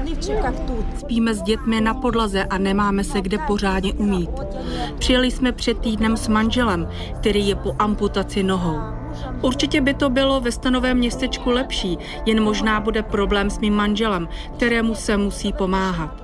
Spíme s dětmi na podlaze a nemáme se kde pořádně umýt. Přijeli jsme před týdnem s manželem, který je po amputaci nohou. Určitě by to bylo ve stanovém městečku lepší, jen možná bude problém s mým manželem, kterému se musí pomáhat.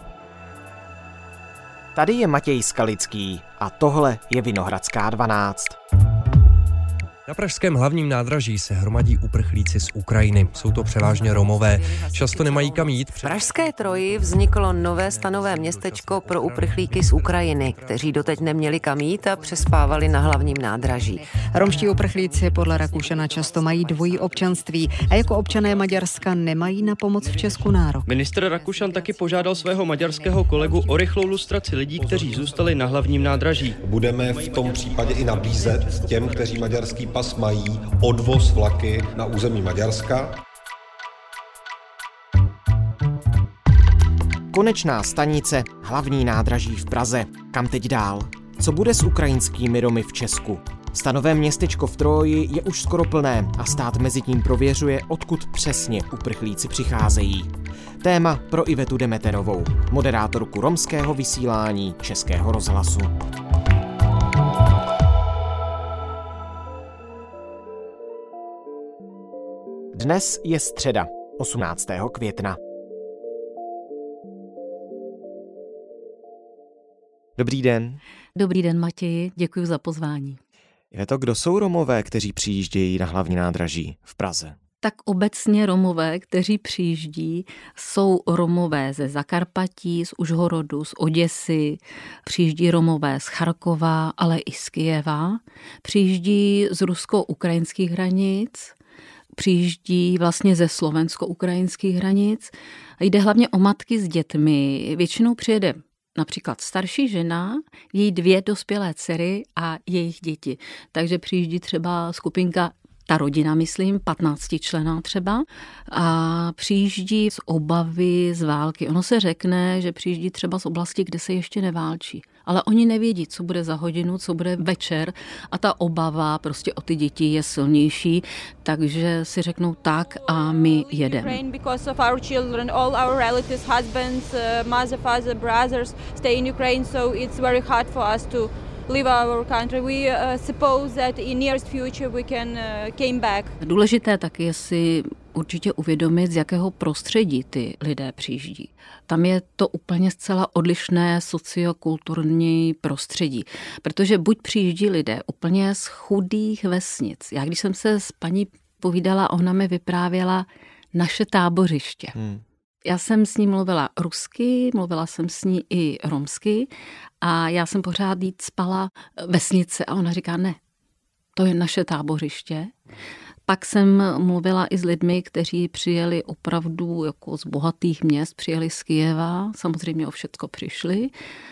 Tady je Matěj Skalický a tohle je Vinohradská 12. Na pražském hlavním nádraží se hromadí uprchlíci z Ukrajiny. Jsou to převážně Romové. Často nemají kam jít. V Pražské Troji vzniklo nové stanové městečko pro uprchlíky z Ukrajiny, kteří doteď neměli kam jít a přespávali na hlavním nádraží. Romští uprchlíci podle Rakušana často mají dvojí občanství a jako občané Maďarska nemají na pomoc v Česku nárok. Ministr Rakušan taky požádal svého maďarského kolegu o rychlou lustraci lidí, kteří zůstali na hlavním nádraží. Budeme v tom případě i nabízet těm, kteří maďarský pas mají, odvoz vlaky na území Maďarska. Konečná stanice, hlavní nádraží v Praze. Kam teď dál? Co bude s ukrajinskými Romy v Česku? Stanové městečko v Troji je už skoro plné a stát mezi tím prověřuje, odkud přesně uprchlíci přicházejí. Téma pro Ivetu Demeterovou, moderátorku romského vysílání Českého rozhlasu. Dnes je středa, 18. května. Dobrý den. Dobrý den, Matěji, děkuji za pozvání. Je to, kdo jsou Romové, kteří přijíždějí na hlavní nádraží v Praze? Tak obecně Romové, kteří přijíždí, jsou Romové ze Zakarpatí, z Užhorodu, z Oděsy, přijíždí Romové z Charkova, ale i z Kyjeva, přijíždí z rusko-ukrajinských hranic, přijíždí vlastně ze slovensko-ukrajinských hranic. Jde hlavně o matky s dětmi. Většinou přijede například starší žena, její 2 dospělé dcery a jejich děti. Takže přijíždí třeba skupinka, ta rodina, myslím, 15členná třeba, a přijíždí z obavy z války. Ono se řekne, že přijíždí třeba z oblasti, kde se ještě neválčí. Ale oni nevědí, co bude za hodinu, co bude večer a ta obava prostě o ty děti je silnější, takže si řeknou tak a my jedeme. Leave our country. We suppose that in nearest future we can came back. Důležité taky je si určitě uvědomit, z jakého prostředí ty lidé přijíždí. Tam je to úplně zcela odlišné sociokulturní prostředí, protože buď přijíždí lidé úplně z chudých vesnic. Já když jsem se s paní povídala, ona mi vyprávěla naše tábořiště. Já jsem s ní mluvila rusky, mluvila jsem s ní i romsky a já jsem pořád jí spala vesnice a ona říká ne, to je naše tábořiště. Pak jsem mluvila i s lidmi, kteří přijeli opravdu jako z bohatých měst, přijeli z Kyjeva, samozřejmě o všecko přišli.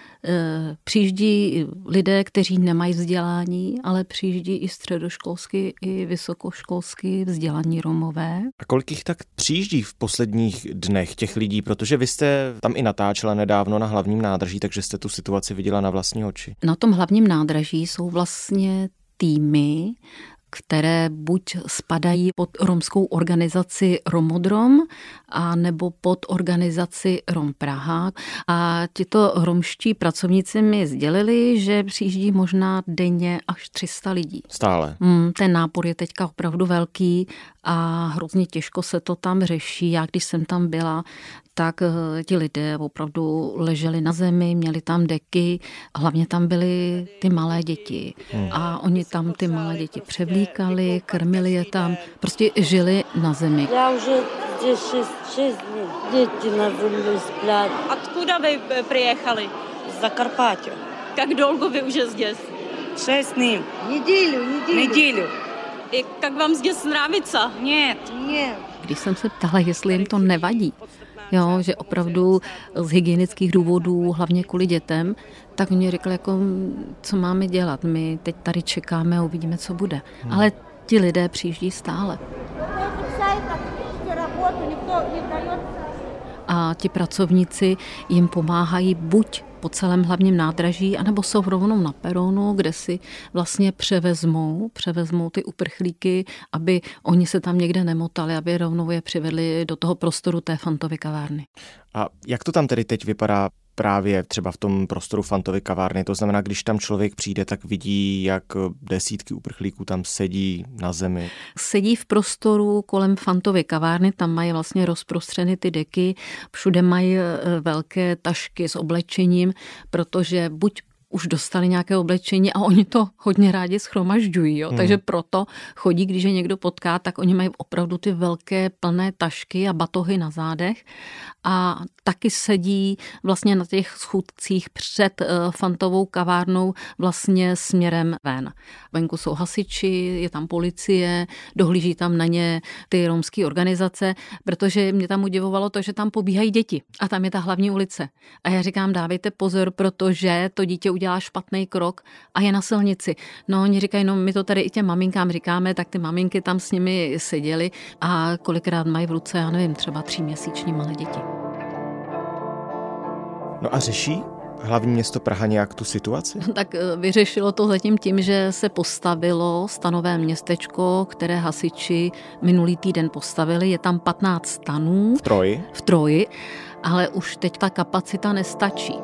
Přijíždí lidé, kteří nemají vzdělání, ale přijíždí i středoškolsky, i vysokoškolsky vzdělaní Romové. A kolik jich tak přijíždí v posledních dnech těch lidí? Protože vy jste tam i natáčela nedávno na hlavním nádraží, takže jste tu situaci viděla na vlastní oči. Na tom hlavním nádraží jsou vlastně týmy, které buď spadají pod romskou organizaci Romodrom a nebo pod organizaci Rom Praha. A tito romští pracovníci mi sdělili, že přijíždí možná denně až 300 lidí. Stále. Ten nápor je teďka opravdu velký a hrozně těžko se to tam řeší. Já když jsem tam byla, tak ti lidé opravdu leželi na zemi, měli tam deky, hlavně tam byly ty malé děti. A oni tam ty malé děti převlíkali, krmili je tam, prostě žili na zemi. Já už zde 6 dní, děti na zemi splát. Откуда вы приехали? Z Zakarpatě. Как долго вы уже здесь? 6 dní. Neděli. И как вам здесь нравится? Нет. Když jsem se ptala, jestli jim to nevadí, jo, že opravdu z hygienických důvodů, hlavně kvůli dětem, tak oni řekli, jako, co máme dělat. My teď tady čekáme a uvidíme, co bude. Ale ti lidé přijíždí stále. A ti pracovníci jim pomáhají buď po celém hlavním nádraží, anebo jsou rovnou na peronu, kde si vlastně převezmou ty uprchlíky, aby oni se tam někde nemotali, aby rovnou je přivedli do toho prostoru té Fantovy kavárny. A jak to tam tedy teď vypadá právě třeba v tom prostoru Fantovy kavárny? To znamená, když tam člověk přijde, tak vidí, jak desítky uprchlíků tam sedí na zemi. Sedí v prostoru kolem Fantovy kavárny, tam mají vlastně rozprostřeny ty deky, všude mají velké tašky s oblečením, protože buď už dostali nějaké oblečení a oni to hodně rádi shromažďují. Jo? Takže proto chodí, když je někdo potká, tak oni mají opravdu ty velké plné tašky a batohy na zádech a taky sedí vlastně na těch schůdcích před Fantovou kavárnou vlastně směrem ven. Venku jsou hasiči, je tam policie, dohlíží tam na ně ty romské organizace, protože mě tam udivovalo to, že tam pobíhají děti a tam je ta hlavní ulice. A já říkám, dávejte pozor, protože to dítě udělá špatný krok a je na silnici. No oni říkají, no my to tady i těm maminkám říkáme, tak ty maminky tam s nimi seděly a kolikrát mají v ruce, já nevím, třeba 3měsíční malé děti. No a řeší hlavní město Praha nějak tu situaci? Tak vyřešilo to zatím tím, že se postavilo stanové městečko, které hasiči minulý týden postavili. Je tam 15 stanů. V Troji, ale už teď ta kapacita nestačí.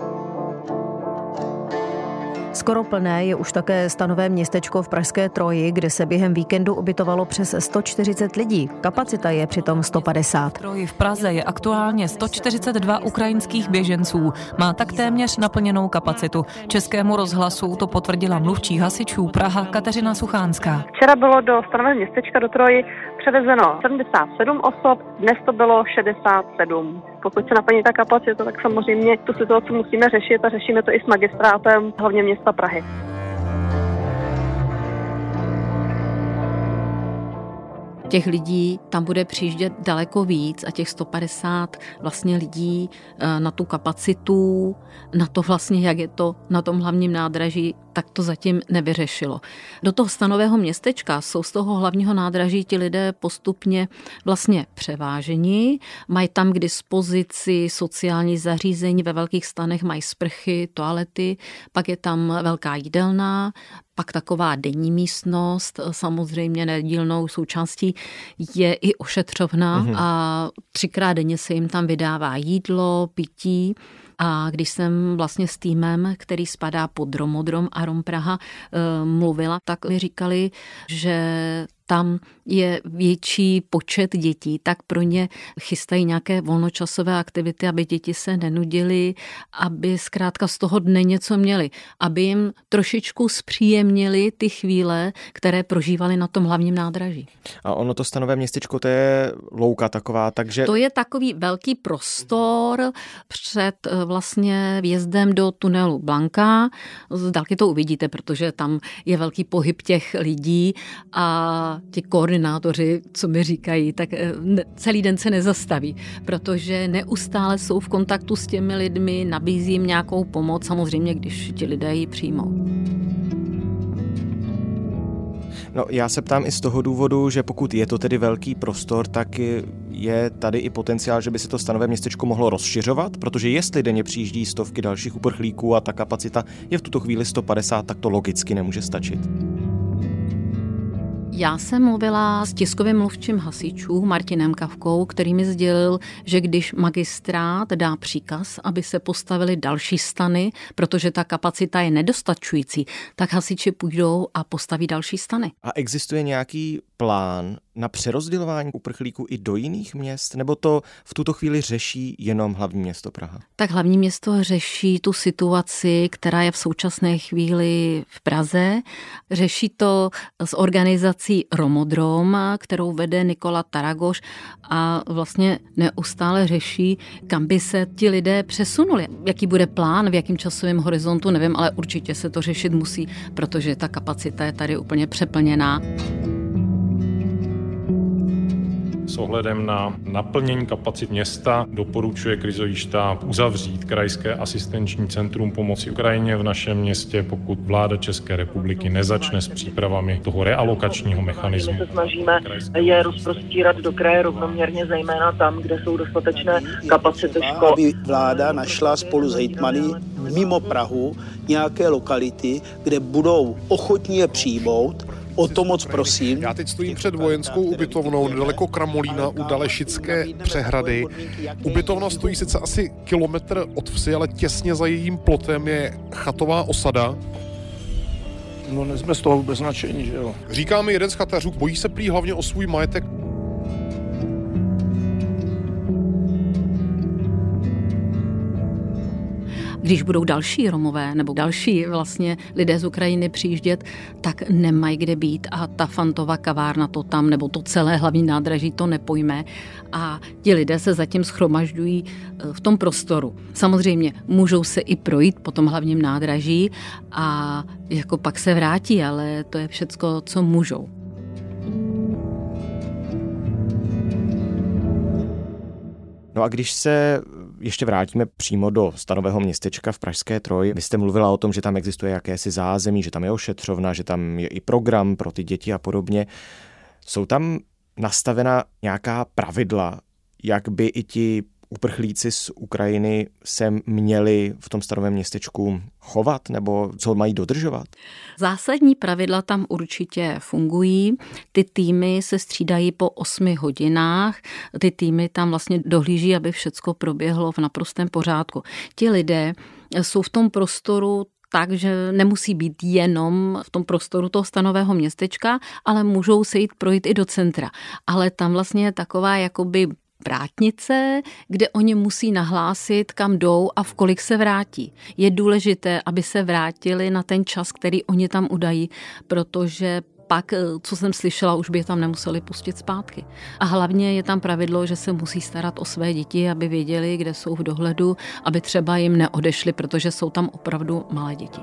Skoro plné je už také stanové městečko v pražské Troji, kde se během víkendu ubytovalo přes 140 lidí. Kapacita je přitom 150. Troji v Praze je aktuálně 142 ukrajinských běženců. Má tak téměř naplněnou kapacitu. Českému rozhlasu to potvrdila mluvčí hasičů Praha Kateřina Suchánská. Včera bylo do stanového městečka do Troji převezeno 77 osob, dnes to bylo 67. Pokud se naplní ta kapacita, tak samozřejmě tu situaci musíme řešit a řešíme to i s magistrátem hlavně města Prahy. Těch lidí tam bude přijíždět daleko víc a těch 150 vlastně lidí na tu kapacitu, na to vlastně, jak je to na tom hlavním nádraží, tak to zatím nevyřešilo. Do toho stanového městečka jsou z toho hlavního nádraží ti lidé postupně vlastně převáženi, mají tam k dispozici sociální zařízení, ve velkých stanech mají sprchy, toalety, pak je tam velká jídelna, pak taková denní místnost, samozřejmě nedílnou součástí je i ošetřovna a 3krát denně se jim tam vydává jídlo, pití. A když jsem vlastně s týmem, který spadá pod Romodrom a Rom Praha, mluvila, tak mi říkali, že tam je větší počet dětí, tak pro ně chystají nějaké volnočasové aktivity, aby děti se nenudily, aby zkrátka z toho dne něco měli, aby jim trošičku zpříjemnili ty chvíle, které prožívali na tom hlavním nádraží. A ono to stanové městečko, to je louka taková, takže... To je takový velký prostor před vlastně vjezdem do tunelu Blanka. Z dálky to uvidíte, protože tam je velký pohyb těch lidí a ti koordinátoři, co mi říkají, tak celý den se nezastaví, protože neustále jsou v kontaktu s těmi lidmi, nabízí jim nějakou pomoc, samozřejmě, když ti lidé ji přijmou. No, já se ptám i z toho důvodu, že pokud je to tedy velký prostor, tak je tady i potenciál, že by se to stanové městečko mohlo rozšiřovat, protože jestli denně přijíždí stovky dalších uprchlíků a ta kapacita je v tuto chvíli 150, tak to logicky nemůže stačit. Já jsem mluvila s tiskovým mluvčím hasičů Martinem Kavkou, který mi sdělil, že když magistrát dá příkaz, aby se postavily další stany, protože ta kapacita je nedostačující, tak hasiči půjdou a postaví další stany. A existuje nějaký plán na přerozdělování uprchlíků i do jiných měst, nebo to v tuto chvíli řeší jenom hlavní město Praha? Tak hlavní město řeší tu situaci, která je v současné chvíli v Praze. Řeší to s organizací Romodrom, kterou vede Nikola Taragoš a vlastně neustále řeší, kam by se ti lidé přesunuli. Jaký bude plán, v jakém časovém horizontu, nevím, ale určitě se to řešit musí, protože ta kapacita je tady úplně přeplněná. ohledem na naplnění kapacit města doporučuje krizový štáb uzavřít krajské asistenční centrum pomoci Ukrajině v našem městě, pokud vláda České republiky nezačne s přípravami toho realokačního mechanismu. My se snažíme je rozprostírat do kraje rovnoměrně, zejména tam, kde jsou dostatečné kapacity škol. Aby vláda našla spolu s hejtmany mimo Prahu nějaké lokality, kde budou ochotní je přijmout. O to moc prosím. Já teď stojím před vojenskou ubytovnou nedaleko Kramolína u Dalešické přehrady. Ubytovna stojí sice asi kilometr od vsi, ale těsně za jejím plotem je chatová osada. No, nejsme z toho vůbec nadšení, že jo. Říká mi jeden z chatařů, bojí se prý hlavně o svůj majetek. Když budou další Romové nebo další vlastně lidé z Ukrajiny přijíždět, tak nemají kde být a ta Fantova kavárna to tam nebo to celé hlavní nádraží to nepojme a ti lidé se zatím shromažďují v tom prostoru. Samozřejmě můžou se i projít po tom hlavním nádraží a jako pak se vrátí, ale to je všecko, co můžou. No a když se ještě vrátíme přímo do stanového městečka v pražské Troji, vy jste mluvila o tom, že tam existuje jakési zázemí, že tam je ošetřovna, že tam je i program pro ty děti a podobně. Jsou tam nastavena nějaká pravidla, jak by i ti uprchlíci z Ukrajiny se měli v tom stanovém městečku chovat nebo co mají dodržovat? Zásadní pravidla tam určitě fungují. Ty týmy se střídají po 8 hodinách. Ty týmy tam vlastně dohlíží, aby všecko proběhlo v naprostém pořádku. Ti lidé jsou v tom prostoru takže nemusí být jenom v tom prostoru toho stanového městečka, ale můžou se jít projít i do centra. Ale tam vlastně je taková jakoby vrátnice, kde oni musí nahlásit, kam jdou a v kolik se vrátí. Je důležité, aby se vrátili na ten čas, který oni tam udají, protože pak, co jsem slyšela, už by je tam nemuseli pustit zpátky. A hlavně je tam pravidlo, že se musí starat o své děti, aby věděli, kde jsou v dohledu, aby třeba jim neodešli, protože jsou tam opravdu malé děti.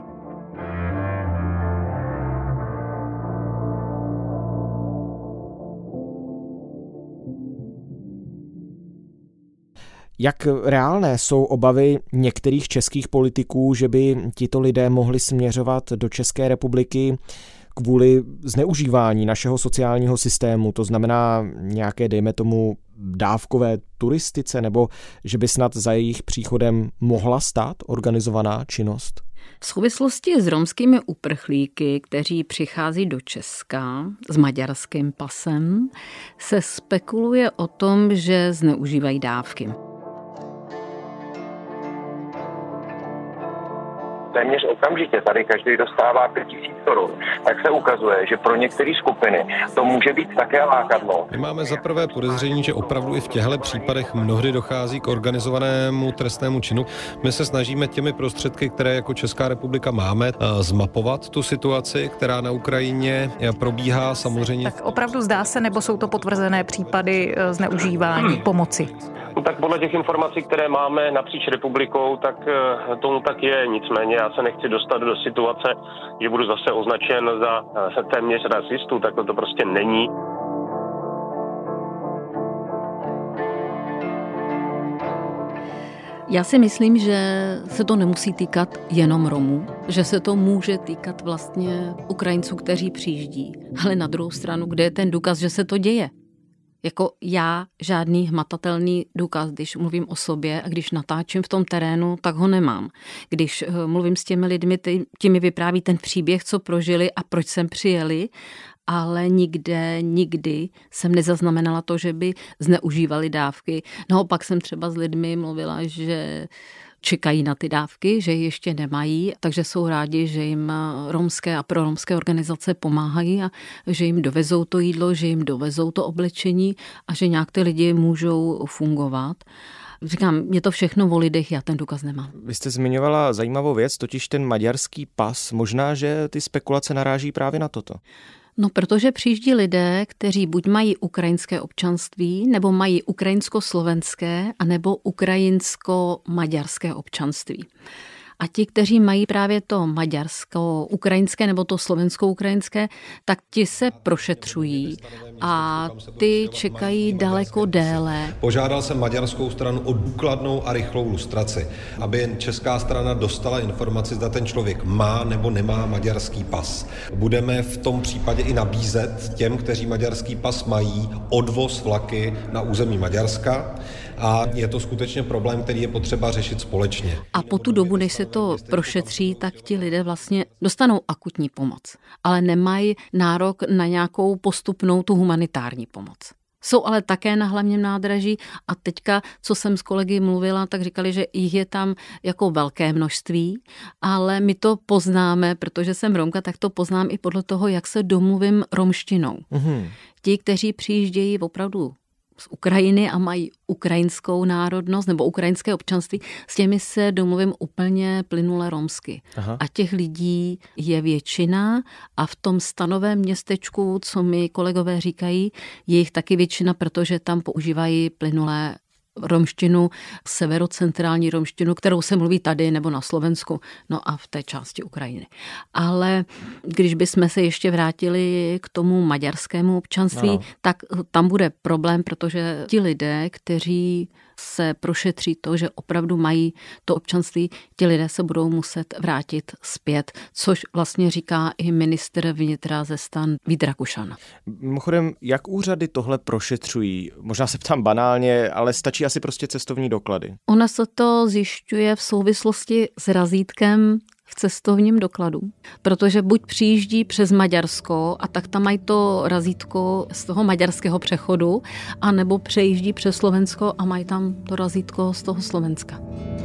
Jak reálné jsou obavy některých českých politiků, že by tito lidé mohli směřovat do České republiky kvůli zneužívání našeho sociálního systému, to znamená nějaké, dejme tomu, dávkové turistice, nebo že by snad za jejich příchodem mohla stát organizovaná činnost? V souvislosti s romskými uprchlíky, kteří přichází do Česka s maďarským pasem, se spekuluje o tom, že zneužívají dávky. Téměř okamžitě tady každý dostává 5 000 korun, tak se ukazuje, že pro některé skupiny to může být také lákadlo. My máme za prvé podezření, že opravdu i v těchto případech mnohdy dochází k organizovanému trestnému činu. My se snažíme těmi prostředky, které jako Česká republika máme, zmapovat tu situaci, která na Ukrajině probíhá samozřejmě. Tak opravdu zdá se, nebo jsou to potvrzené případy zneužívání pomoci? Tak podle těch informací, které máme napříč republikou, tak tomu tak je. Nicméně já se nechci dostat do situace, že budu zase označen za téměř rasistu, tak to prostě není. Já si myslím, že se to nemusí týkat jenom Romů, že se to může týkat vlastně Ukrajinců, kteří přijíždí. Ale na druhou stranu, kde je ten důkaz, že se to děje? Jako já žádný hmatatelný důkaz, když mluvím o sobě a když natáčím v tom terénu, tak ho nemám. Když mluvím s těmi lidmi, ti mi vypráví ten příběh, co prožili a proč sem přijeli, ale nikdy jsem nezaznamenala to, že by zneužívali dávky. Naopak jsem třeba s lidmi mluvila, že čekají na ty dávky, že ji ještě nemají, takže jsou rádi, že jim romské a proromské organizace pomáhají a že jim dovezou to jídlo, že jim dovezou to oblečení a že nějak ty lidi můžou fungovat. Říkám, je to všechno o lidech, já ten důkaz nemám. Vy jste zmiňovala zajímavou věc, totiž ten maďarský pas. Možná, že ty spekulace naráží právě na toto. No, protože přijíždí lidé, kteří buď mají ukrajinské občanství, nebo mají ukrajinsko-slovenské, anebo ukrajinsko-maďarské občanství. A ti, kteří mají právě to maďarsko-ukrajinské nebo to slovensko-ukrajinské, tak ti se prošetřují a ty čekají daleko déle. Požádal jsem maďarskou stranu o důkladnou a rychlou lustraci, aby jen česká strana dostala informaci, zda ten člověk má nebo nemá maďarský pas. Budeme v tom případě i nabízet těm, kteří maďarský pas mají, odvoz vlaky na území Maďarska. A je to skutečně problém, který je potřeba řešit společně. A po tu dobu, než se to prošetří, tak ti lidé vlastně dostanou akutní pomoc, ale nemají nárok na nějakou postupnou tu humanitární pomoc. Jsou ale také na hlavním nádraží a teďka, co jsem s kolegy mluvila, tak říkali, že jich je tam jako velké množství, ale my to poznáme, protože jsem Romka, tak to poznám i podle toho, jak se domluvím romštinou. Ti, kteří přijíždějí opravdu z Ukrajiny a mají ukrajinskou národnost nebo ukrajinské občanství, s těmi se domluvím úplně plynule romsky. Aha. A těch lidí je většina a v tom stanovém městečku, co mi kolegové říkají, je jich taky většina, protože tam používají plynulé romštinu, severocentrální romštinu, kterou se mluví tady nebo na Slovensku, no a v té části Ukrajiny. Ale když bychom se ještě vrátili k tomu maďarskému občanství, tak tam bude problém, protože ti lidé, kteří se prošetří to, že opravdu mají to občanství, ti lidé se budou muset vrátit zpět, což vlastně říká i ministr vnitra ze STAN Vít Rakušan. Mimochodem, jak úřady tohle prošetřují? Možná se ptám banálně, ale stačí asi prostě cestovní doklady. Ona se to zjišťuje v souvislosti s razítkem v cestovním dokladu, protože buď přijíždí přes Maďarsko a tak tam mají to razítko z toho maďarského přechodu, anebo přejíždí přes Slovensko a mají tam to razítko z toho Slovenska.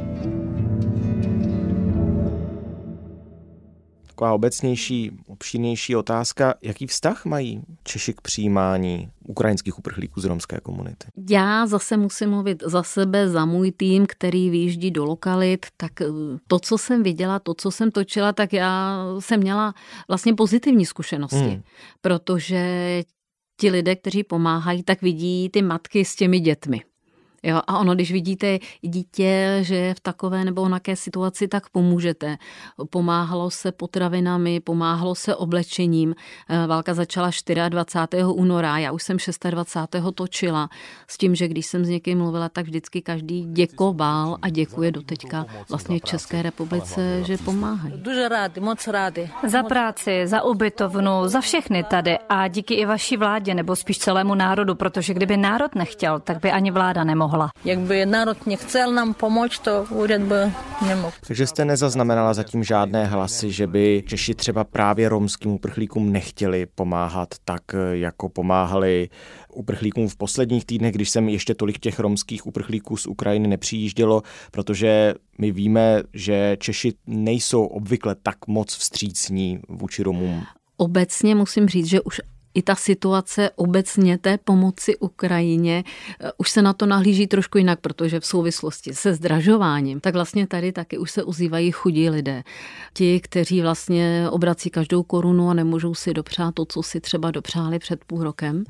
Taková obecnější, obšírnější otázka, jaký vztah mají Češi k přijímání ukrajinských uprchlíků z romské komunity? Já zase musím mluvit za sebe, za můj tým, který vyjíždí do lokalit, tak to, co jsem viděla, to, co jsem točila, tak já jsem měla vlastně pozitivní zkušenosti, protože ti lidé, kteří pomáhají, tak vidí ty matky s těmi dětmi. Jo, a ono, když vidíte dítě, že je v takové nebo onaké situaci, tak pomůžete. Pomáhalo se potravinami, pomáhalo se oblečením. Válka začala 24. února, já už jsem 26. točila. S tím, že když jsem s někým mluvila, tak vždycky každý děkoval a děkuje doteďka vlastně České republice, že pomáhají. Дуже rádi, moc rádi. Za práci, za ubytovnu, za všechny tady a díky i vaší vládě, nebo spíš celému národu, protože kdyby národ nechtěl, tak by ani vláda nemohla. Jak by národ nechcel nám pomoct, to úřad by nemohl. Takže jste nezaznamenala zatím žádné hlasy, že by Češi třeba právě romským uprchlíkům nechtěli pomáhat tak, jako pomáhali uprchlíkům v posledních týdnech, když jsem ještě tolik těch romských uprchlíků z Ukrajiny nepřijíždělo, protože my víme, že Češi nejsou obvykle tak moc vstřícní vůči Romům. Obecně musím říct, že už i ta situace obecně té pomoci Ukrajině, už se na to nahlíží trošku jinak, protože v souvislosti se zdražováním, tak vlastně tady taky už se ozývají chudí lidé. Ti, kteří vlastně obrací každou korunu a nemůžou si dopřát to, co si třeba dopřáli před půl rokem.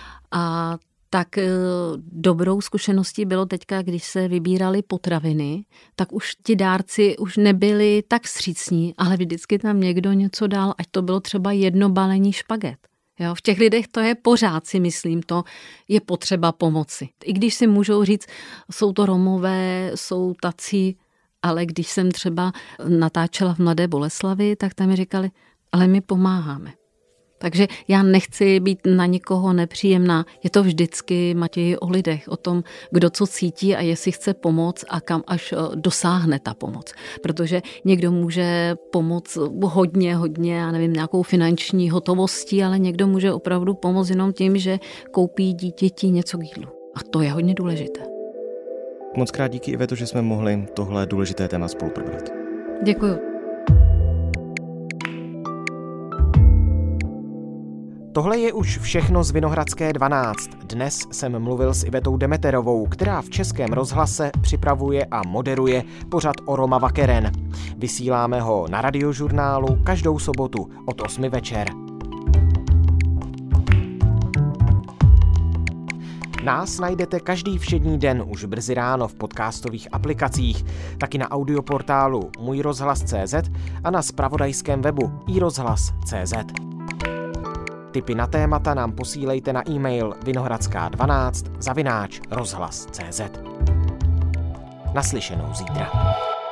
A tak dobrou zkušeností bylo teďka, když se vybíraly potraviny, tak už ti dárci už nebyli tak vstřícní, ale vždycky tam někdo něco dal, ať to bylo třeba jedno balení špaget. Jo, v těch lidech to je pořád, si myslím, to je potřeba pomoci. I když si můžou říct, jsou to Romové, jsou tací, ale když jsem třeba natáčela v Mladé Boleslavi, tak tam mi říkali, ale my pomáháme. Takže já nechci být na nikoho nepříjemná. Je to vždycky, Matěji, o lidech, o tom, kdo co cítí a jestli chce pomoct a kam až dosáhne ta pomoc. Protože někdo může pomoct hodně, já nevím, nějakou finanční hotovostí, ale někdo může opravdu pomoct jenom tím, že koupí dítěti něco k jídlu. A to je hodně důležité. Moc krát díky, Iveto, že jsme mohli tohle důležité téma spolu probrat. Děkuju. Tohle je už všechno z Vinohradské 12. Dnes jsem mluvil s Ivetou Demeterovou, která v Českém rozhlase připravuje a moderuje pořad o Roma Vakeren. Vysíláme ho na Radiožurnálu každou sobotu od 8 večer. Nás najdete každý všední den už brzy ráno v podcastových aplikacích, taky na audioportálu Můj rozhlas.cz a na zpravodajském webu iRozhlas.cz. Tipy na témata nám posílejte na e-mail vinohradská12@rozhlas.cz. Naslyšenou zítra.